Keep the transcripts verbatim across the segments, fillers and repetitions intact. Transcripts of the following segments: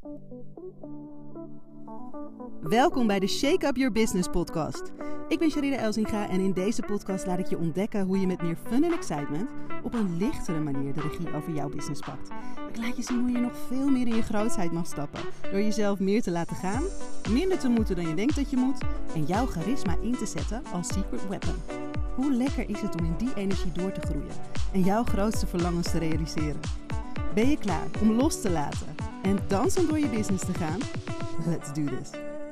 Welkom bij de Shake Up Your Business podcast. Ik ben Sharida Elzinga en in deze podcast laat ik je ontdekken hoe je met meer fun en excitement op een lichtere manier de regie over jouw business pakt. Ik laat je zien hoe je nog veel meer in je grootheid mag stappen door jezelf meer te laten gaan, minder te moeten dan je denkt dat je moet en jouw charisma in te zetten als secret weapon. Hoe lekker is het om in die energie door te groeien en jouw grootste verlangens te realiseren? Ben je klaar om los te laten en dansend door je business te gaan? Let's do this.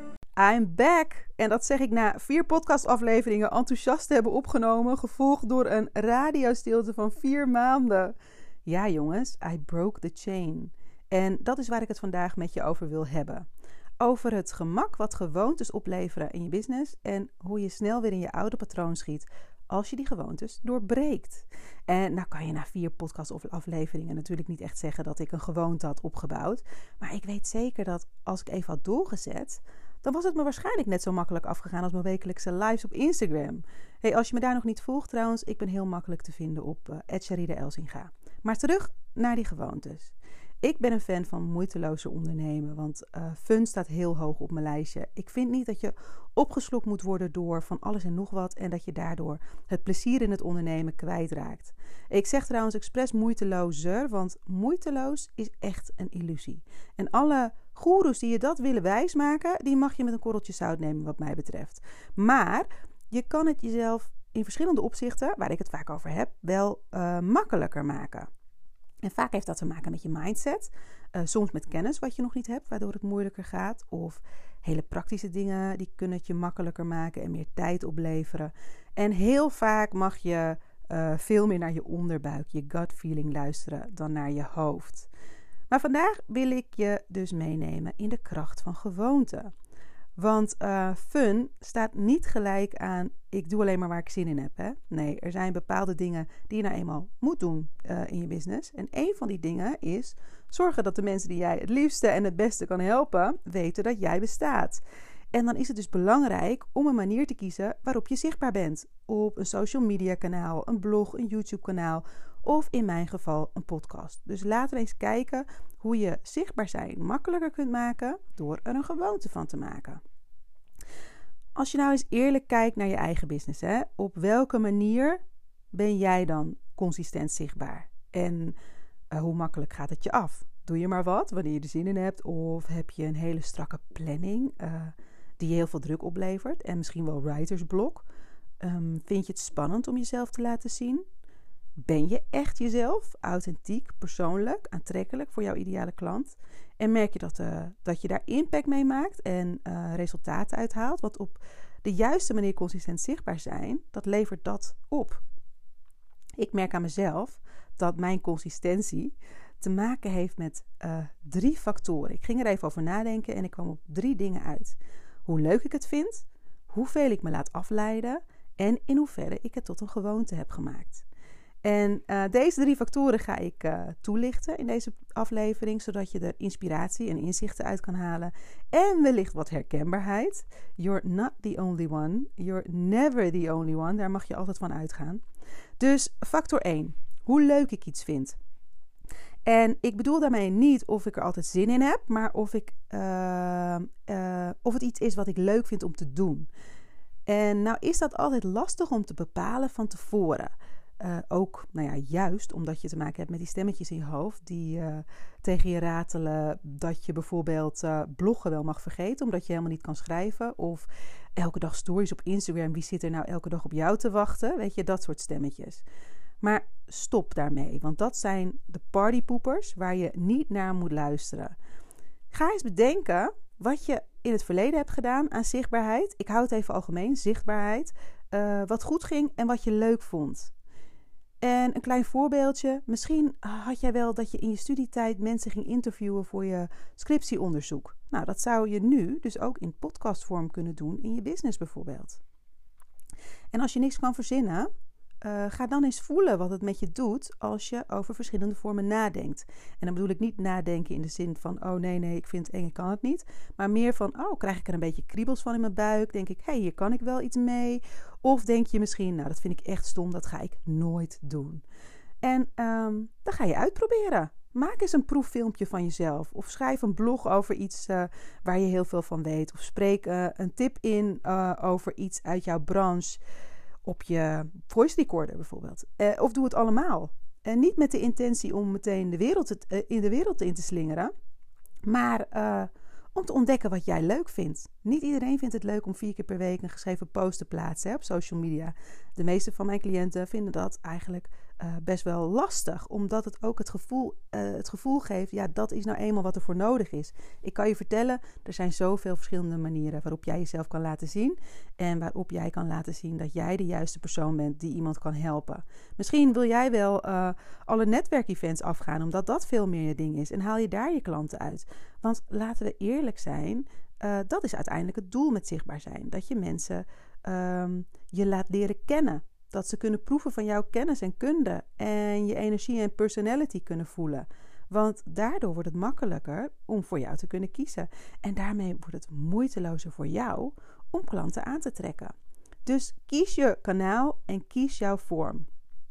I'm back! En dat zeg ik na vier podcastafleveringen enthousiast te hebben opgenomen, gevolgd door een radiostilte van vier maanden. Ja jongens, I broke the chain. En dat is waar ik het vandaag met je over wil hebben. Over het gemak wat gewoontes opleveren in je business en hoe je snel weer in je oude patroon schiet als je die gewoontes doorbreekt. En nou kan je na vier podcastafleveringen natuurlijk niet echt zeggen dat ik een gewoonte had opgebouwd. Maar ik weet zeker dat als ik even had doorgezet, dan was het me waarschijnlijk net zo makkelijk afgegaan als mijn wekelijkse lives op Instagram. Hey, als je me daar nog niet volgt trouwens, ik ben heel makkelijk te vinden op uh, at Sharida Elzinga. Maar terug naar die gewoontes. Ik ben een fan van moeiteloze ondernemen, want uh, fun staat heel hoog op mijn lijstje. Ik vind niet dat je opgeslokt moet worden door van alles en nog wat en dat je daardoor het plezier in het ondernemen kwijtraakt. Ik zeg trouwens expres moeitelozer, want moeiteloos is echt een illusie. En alle goeroes die je dat willen wijsmaken, die mag je met een korreltje zout nemen wat mij betreft. Maar je kan het jezelf in verschillende opzichten, waar ik het vaak over heb, wel uh, makkelijker maken. En vaak heeft dat te maken met je mindset. Uh, soms met kennis wat je nog niet hebt, waardoor het moeilijker gaat. Of hele praktische dingen, die kunnen het je makkelijker maken en meer tijd opleveren. En heel vaak mag je uh, veel meer naar je onderbuik, je gut feeling luisteren dan naar je hoofd. Maar vandaag wil ik je dus meenemen in de kracht van gewoonte. Want uh, fun staat niet gelijk aan ik doe alleen maar waar ik zin in heb. Hè? Nee, er zijn bepaalde dingen die je nou eenmaal moet doen uh, in je business. En een van die dingen is zorgen dat de mensen die jij het liefste en het beste kan helpen, weten dat jij bestaat. En dan is het dus belangrijk om een manier te kiezen waarop je zichtbaar bent. Op een social media kanaal, een blog, een YouTube kanaal of in mijn geval een podcast. Dus laten we eens kijken hoe je zichtbaar zijn makkelijker kunt maken door er een gewoonte van te maken. Als je nou eens eerlijk kijkt naar je eigen business, hè, op welke manier ben jij dan consistent zichtbaar? En uh, hoe makkelijk gaat het je af? Doe je maar wat wanneer je er zin in hebt? Of heb je een hele strakke planning uh, die je heel veel druk oplevert? En misschien wel writersblok. Um, vind je het spannend om jezelf te laten zien? Ben je echt jezelf, authentiek, persoonlijk, aantrekkelijk voor jouw ideale klant? En merk je dat, uh, dat je daar impact mee maakt en uh, resultaten uithaalt? Want op de juiste manier consistent zichtbaar zijn, dat levert dat op. Ik merk aan mezelf dat mijn consistentie te maken heeft met uh, drie factoren. Ik ging er even over nadenken en ik kwam op drie dingen uit. Hoe leuk ik het vind, hoeveel ik me laat afleiden en in hoeverre ik het tot een gewoonte heb gemaakt. En uh, deze drie factoren ga ik uh, toelichten in deze aflevering, zodat je er inspiratie en inzichten uit kan halen. En wellicht wat herkenbaarheid. You're not the only one. You're never the only one. Daar mag je altijd van uitgaan. Dus factor één. Hoe leuk ik iets vind. En ik bedoel daarmee niet of ik er altijd zin in heb, maar of, ik, uh, uh, of het iets is wat ik leuk vind om te doen. En nou is dat altijd lastig om te bepalen van tevoren. Uh, ook, nou ja, juist omdat je te maken hebt met die stemmetjes in je hoofd die uh, tegen je ratelen dat je bijvoorbeeld uh, bloggen wel mag vergeten omdat je helemaal niet kan schrijven. Of elke dag stories op Instagram, wie zit er nou elke dag op jou te wachten? Weet je, dat soort stemmetjes. Maar stop daarmee, want dat zijn de partypoepers waar je niet naar moet luisteren. Ga eens bedenken wat je in het verleden hebt gedaan aan zichtbaarheid. Ik hou het even algemeen, zichtbaarheid. Uh, wat goed ging en wat je leuk vond. En een klein voorbeeldje. Misschien had jij wel dat je in je studietijd mensen ging interviewen voor je scriptieonderzoek. Nou, dat zou je nu dus ook in podcastvorm kunnen doen in je business bijvoorbeeld. En als je niks kan verzinnen, uh, ga dan eens voelen wat het met je doet als je over verschillende vormen nadenkt. En dan bedoel ik niet nadenken in de zin van, oh nee, nee, ik vind het eng, ik kan het niet. Maar meer van, oh, krijg ik er een beetje kriebels van in mijn buik? Denk ik, hé, hey, hier kan ik wel iets mee. Of denk je misschien, nou, dat vind ik echt stom, dat ga ik nooit doen. En um, dan ga je uitproberen. Maak eens een proeffilmpje van jezelf. Of schrijf een blog over iets uh, waar je heel veel van weet. Of spreek uh, een tip in uh, over iets uit jouw branche op je voice recorder bijvoorbeeld. Uh, of doe het allemaal. En niet met de intentie om meteen de wereld te, uh, in de wereld in te slingeren. Maar uh, om te ontdekken wat jij leuk vindt. Niet iedereen vindt het leuk om vier keer per week een geschreven post te plaatsen hè, op social media. De meeste van mijn cliënten vinden dat eigenlijk uh, best wel lastig. Omdat het ook het gevoel, uh, het gevoel geeft, ja, dat is nou eenmaal wat er voor nodig is. Ik kan je vertellen, er zijn zoveel verschillende manieren waarop jij jezelf kan laten zien. En waarop jij kan laten zien dat jij de juiste persoon bent die iemand kan helpen. Misschien wil jij wel uh, alle netwerkevents afgaan, omdat dat veel meer je ding is. En haal je daar je klanten uit. Want laten we eerlijk zijn, uh, dat is uiteindelijk het doel met zichtbaar zijn. Dat je mensen um, je laat leren kennen. Dat ze kunnen proeven van jouw kennis en kunde. En je energie en personality kunnen voelen. Want daardoor wordt het makkelijker om voor jou te kunnen kiezen. En daarmee wordt het moeitelozer voor jou om klanten aan te trekken. Dus kies je kanaal en kies jouw vorm.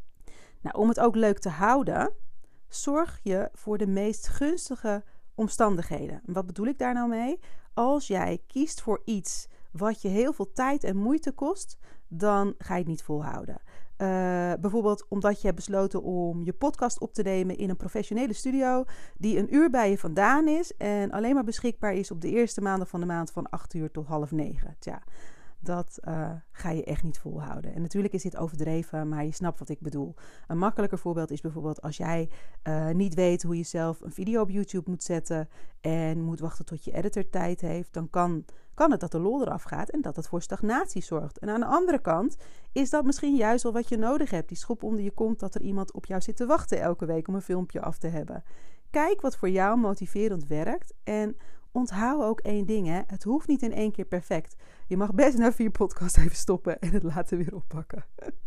Nou, om het ook leuk te houden, zorg je voor de meest gunstige omstandigheden. En wat bedoel ik daar nou mee? Als jij kiest voor iets wat je heel veel tijd en moeite kost, dan ga je het niet volhouden. Uh, bijvoorbeeld omdat je hebt besloten om je podcast op te nemen in een professionele studio die een uur bij je vandaan is en alleen maar beschikbaar is op de eerste maandag van de maand van acht uur tot half negen. Tja, dat uh, ga je echt niet volhouden. En natuurlijk is dit overdreven, maar je snapt wat ik bedoel. Een makkelijker voorbeeld is bijvoorbeeld als jij uh, niet weet hoe je zelf een video op YouTube moet zetten en moet wachten tot je editor tijd heeft, dan kan, kan het dat de lol eraf gaat en dat het voor stagnatie zorgt. En aan de andere kant is dat misschien juist wel wat je nodig hebt. Die schop onder je kont dat er iemand op jou zit te wachten elke week om een filmpje af te hebben. Kijk wat voor jou motiverend werkt en onthoud ook één ding, hè. Het hoeft niet in één keer perfect. Je mag best na vier podcasts even stoppen en het later weer oppakken.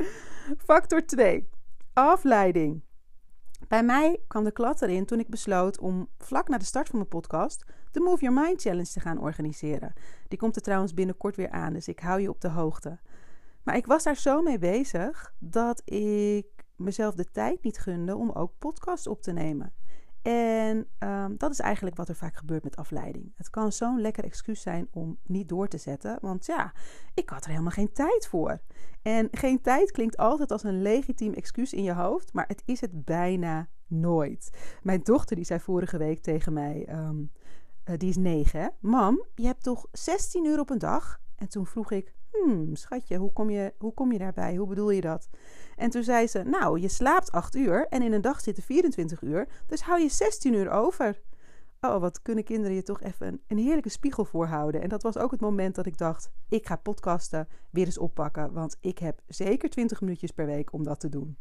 Factor twee. Afleiding. Bij mij kwam de klad erin toen ik besloot om vlak na de start van mijn podcast de Move Your Mind Challenge te gaan organiseren. Die komt er trouwens binnenkort weer aan, dus ik hou je op de hoogte. Maar ik was daar zo mee bezig dat ik mezelf de tijd niet gunde om ook podcasts op te nemen. En um, dat is eigenlijk wat er vaak gebeurt met afleiding. Het kan zo'n lekker excuus zijn om niet door te zetten. Want ja, ik had er helemaal geen tijd voor. En geen tijd klinkt altijd als een legitiem excuus in je hoofd. Maar het is het bijna nooit. Mijn dochter die zei vorige week tegen mij, um, uh, die is negen. Hè? Mam, je hebt toch zestien uur op een dag? En toen vroeg ik, hmm, schatje, hoe kom je, hoe kom je daarbij? Hoe bedoel je dat? En toen zei ze, nou, je slaapt acht uur en in een dag zitten vierentwintig uur. Dus hou je zestien uur over. Oh, wat kunnen kinderen je toch even een, een heerlijke spiegel voorhouden. En dat was ook het moment dat ik dacht, ik ga podcasten weer eens oppakken. Want ik heb zeker twintig minuutjes per week om dat te doen.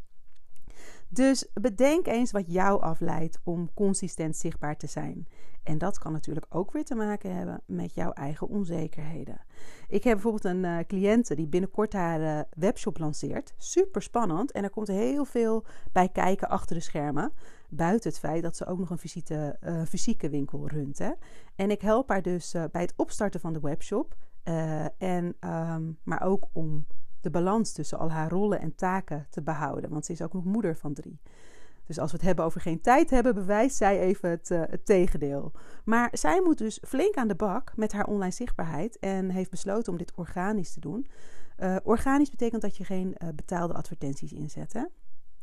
Dus bedenk eens wat jou afleidt om consistent zichtbaar te zijn. En dat kan natuurlijk ook weer te maken hebben met jouw eigen onzekerheden. Ik heb bijvoorbeeld een uh, cliënte die binnenkort haar uh, webshop lanceert. Super spannend en er komt heel veel bij kijken achter de schermen. Buiten het feit dat ze ook nog een visite, uh, fysieke winkel runt. Hè. En ik help haar dus uh, bij het opstarten van de webshop. Uh, en, um, maar ook om de balans tussen al haar rollen en taken te behouden. Want ze is ook nog moeder van drie. Dus als we het hebben over geen tijd hebben, bewijst zij even het, uh, het tegendeel. Maar zij moet dus flink aan de bak met haar online zichtbaarheid en heeft besloten om dit organisch te doen. Uh, organisch betekent dat je geen uh, betaalde advertenties inzet, hè?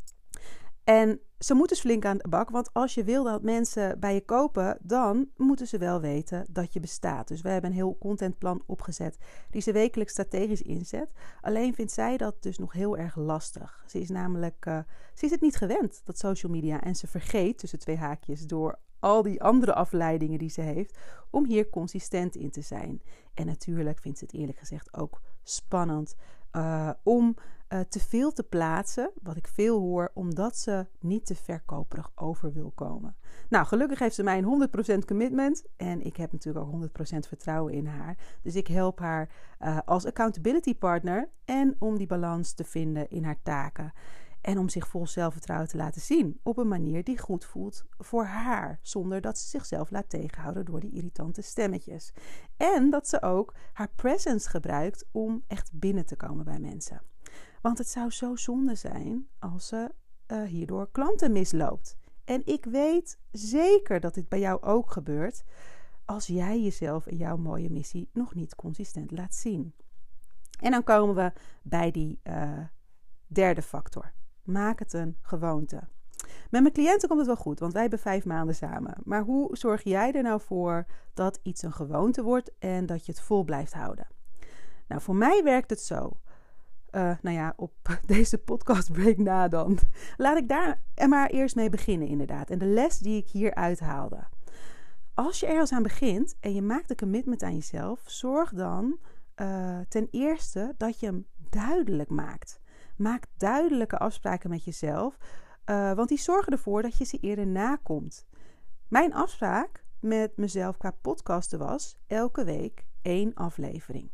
En ze moet dus flink aan de bak, want als je wil dat mensen bij je kopen, dan moeten ze wel weten dat je bestaat. Dus we hebben een heel contentplan opgezet die ze wekelijks strategisch inzet. Alleen vindt zij dat dus nog heel erg lastig. Ze is namelijk, uh, ze is het niet gewend, dat social media. En ze vergeet, tussen twee haakjes, door al die andere afleidingen die ze heeft, om hier consistent in te zijn. En natuurlijk vindt ze het eerlijk gezegd ook spannend uh, om uh, te veel te plaatsen, wat ik veel hoor, omdat ze niet te verkoperig over wil komen. Nou, gelukkig heeft ze mij een honderd procent commitment en ik heb natuurlijk ook honderd procent vertrouwen in haar. Dus ik help haar uh, als accountability partner en om die balans te vinden in haar taken. En om zich vol zelfvertrouwen te laten zien op een manier die goed voelt voor haar. Zonder dat ze zichzelf laat tegenhouden door die irritante stemmetjes. En dat ze ook haar presence gebruikt om echt binnen te komen bij mensen. Want het zou zo zonde zijn als ze uh, hierdoor klanten misloopt. En ik weet zeker dat dit bij jou ook gebeurt als jij jezelf en jouw mooie missie nog niet consistent laat zien. En dan komen we bij die uh, derde factor. Maak het een gewoonte. Met mijn cliënten komt het wel goed, want wij hebben vijf maanden samen. Maar hoe zorg jij er nou voor dat iets een gewoonte wordt en dat je het vol blijft houden? Nou, voor mij werkt het zo. Uh, nou ja, op deze podcastbreak na dan. Laat ik daar maar eerst mee beginnen inderdaad. En de les die ik hier uithaalde. Als je ergens aan begint en je maakt een commitment aan jezelf, zorg dan uh, ten eerste dat je hem duidelijk maakt. Maak duidelijke afspraken met jezelf, uh, want die zorgen ervoor dat je ze eerder nakomt. Mijn afspraak met mezelf qua podcasten was elke week één aflevering.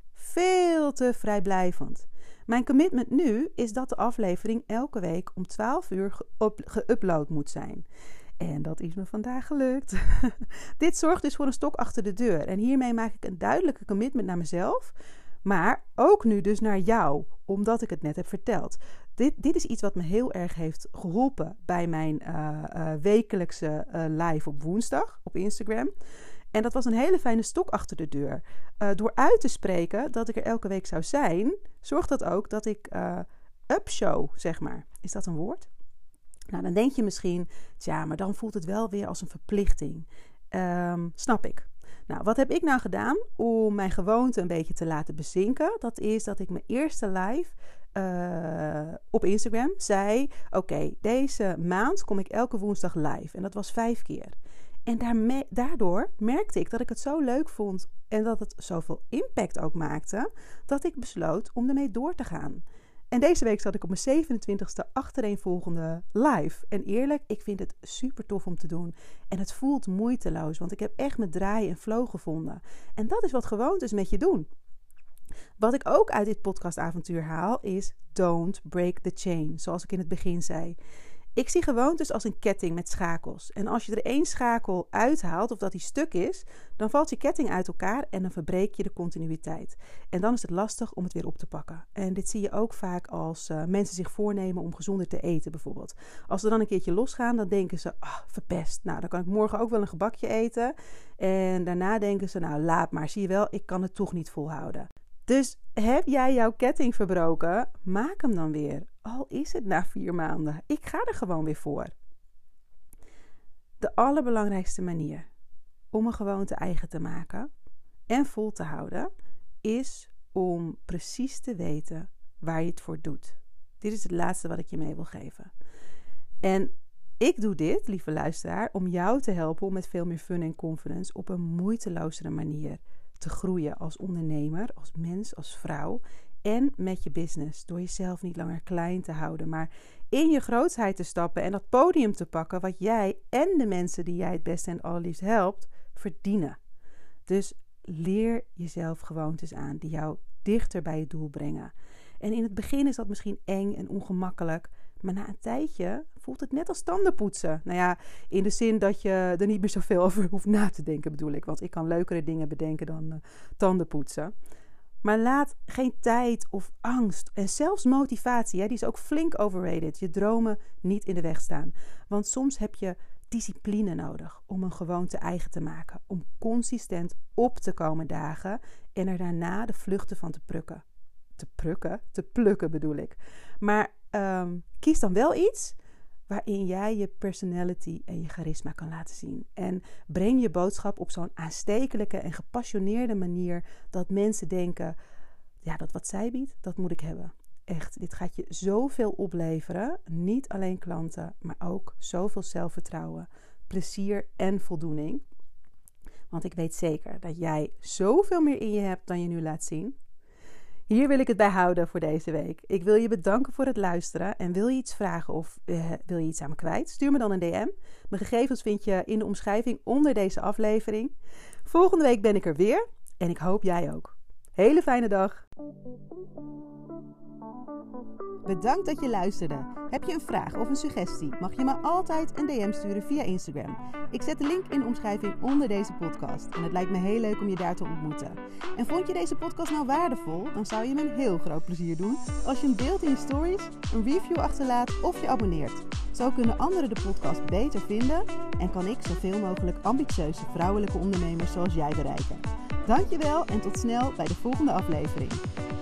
Veel te vrijblijvend. Mijn commitment nu is dat de aflevering elke week om twaalf uur geüpload moet zijn. En dat is me vandaag gelukt. Dit zorgt dus voor een stok achter de deur. En hiermee maak ik een duidelijke commitment naar mezelf. Maar ook nu dus naar jou, omdat ik het net heb verteld. Dit, dit is iets wat me heel erg heeft geholpen bij mijn uh, uh, wekelijkse uh, live op woensdag op Instagram. En dat was een hele fijne stok achter de deur. Uh, door uit te spreken dat ik er elke week zou zijn, zorgt dat ook dat ik uh, upshow, zeg maar. Is dat een woord? Nou, dan denk je misschien, tja, maar dan voelt het wel weer als een verplichting. Um, snap ik. Nou, wat heb ik nou gedaan om mijn gewoonte een beetje te laten bezinken? Dat is dat ik mijn eerste live uh, op Instagram zei, oké, okay, deze maand kom ik elke woensdag live. En dat was vijf keer. En daarmee, daardoor merkte ik dat ik het zo leuk vond en dat het zoveel impact ook maakte, dat ik besloot om ermee door te gaan. En deze week zat ik op mijn zevenentwintigste achtereenvolgende live. En eerlijk, ik vind het super tof om te doen. En het voelt moeiteloos, want ik heb echt mijn draai en flow gevonden. En dat is wat gewoontes met je doen. Wat ik ook uit dit podcastavontuur haal is don't break the chain, zoals ik in het begin zei. Ik zie gewoontes als een ketting met schakels. En als je er één schakel uithaalt of dat die stuk is, dan valt je ketting uit elkaar en dan verbreek je de continuïteit. En dan is het lastig om het weer op te pakken. En dit zie je ook vaak als uh, mensen zich voornemen om gezonder te eten bijvoorbeeld. Als ze dan een keertje losgaan, dan denken ze, ah, verpest. Nou, dan kan ik morgen ook wel een gebakje eten. En daarna denken ze, nou, laat maar. Zie je wel, ik kan het toch niet volhouden. Dus heb jij jouw ketting verbroken, maak hem dan weer. Al is het na vier maanden. Ik ga er gewoon weer voor. De allerbelangrijkste manier om een gewoonte eigen te maken en vol te houden, is om precies te weten waar je het voor doet. Dit is het laatste wat ik je mee wil geven. En ik doe dit, lieve luisteraar, om jou te helpen om met veel meer fun en confidence op een moeitelozere manier te groeien als ondernemer, als mens, als vrouw en met je business. Door jezelf niet langer klein te houden, maar in je grootsheid te stappen en dat podium te pakken wat jij en de mensen die jij het beste en allerliefst helpt, verdienen. Dus leer jezelf gewoontes aan die jou dichter bij je doel brengen. En in het begin is dat misschien eng en ongemakkelijk, maar na een tijdje voelt het net als tandenpoetsen. Nou ja, in de zin dat je er niet meer zoveel over hoeft na te denken, bedoel ik. Want ik kan leukere dingen bedenken dan uh, tandenpoetsen. Maar laat geen tijd of angst en zelfs motivatie, hè, die is ook flink overrated, je dromen niet in de weg staan. Want soms heb je discipline nodig om een gewoonte eigen te maken. Om consistent op te komen dagen en er daarna de vluchten van te plukken. Te plukken? Te plukken bedoel ik. Maar um, kies dan wel iets waarin jij je personality en je charisma kan laten zien. En breng je boodschap op zo'n aanstekelijke en gepassioneerde manier dat mensen denken, ja, dat wat zij biedt, dat moet ik hebben. Echt, dit gaat je zoveel opleveren. Niet alleen klanten, maar ook zoveel zelfvertrouwen, plezier en voldoening. Want ik weet zeker dat jij zoveel meer in je hebt dan je nu laat zien. Hier wil ik het bij houden voor deze week. Ik wil je bedanken voor het luisteren. En wil je iets vragen of uh, wil je iets aan me kwijt? Stuur me dan een D M. Mijn gegevens vind je in de omschrijving onder deze aflevering. Volgende week ben ik er weer. En ik hoop jij ook. Hele fijne dag. Bedankt dat je luisterde. Heb je een vraag of een suggestie? Mag je me altijd een D M sturen via Instagram. Ik zet de link in de omschrijving onder deze podcast. En het lijkt me heel leuk om je daar te ontmoeten. En vond je deze podcast nou waardevol? Dan zou je me een heel groot plezier doen als je hem deelt in je stories, een review achterlaat of je abonneert. Zo kunnen anderen de podcast beter vinden en kan ik zoveel mogelijk ambitieuze vrouwelijke ondernemers zoals jij bereiken. Dankjewel en tot snel bij de volgende aflevering.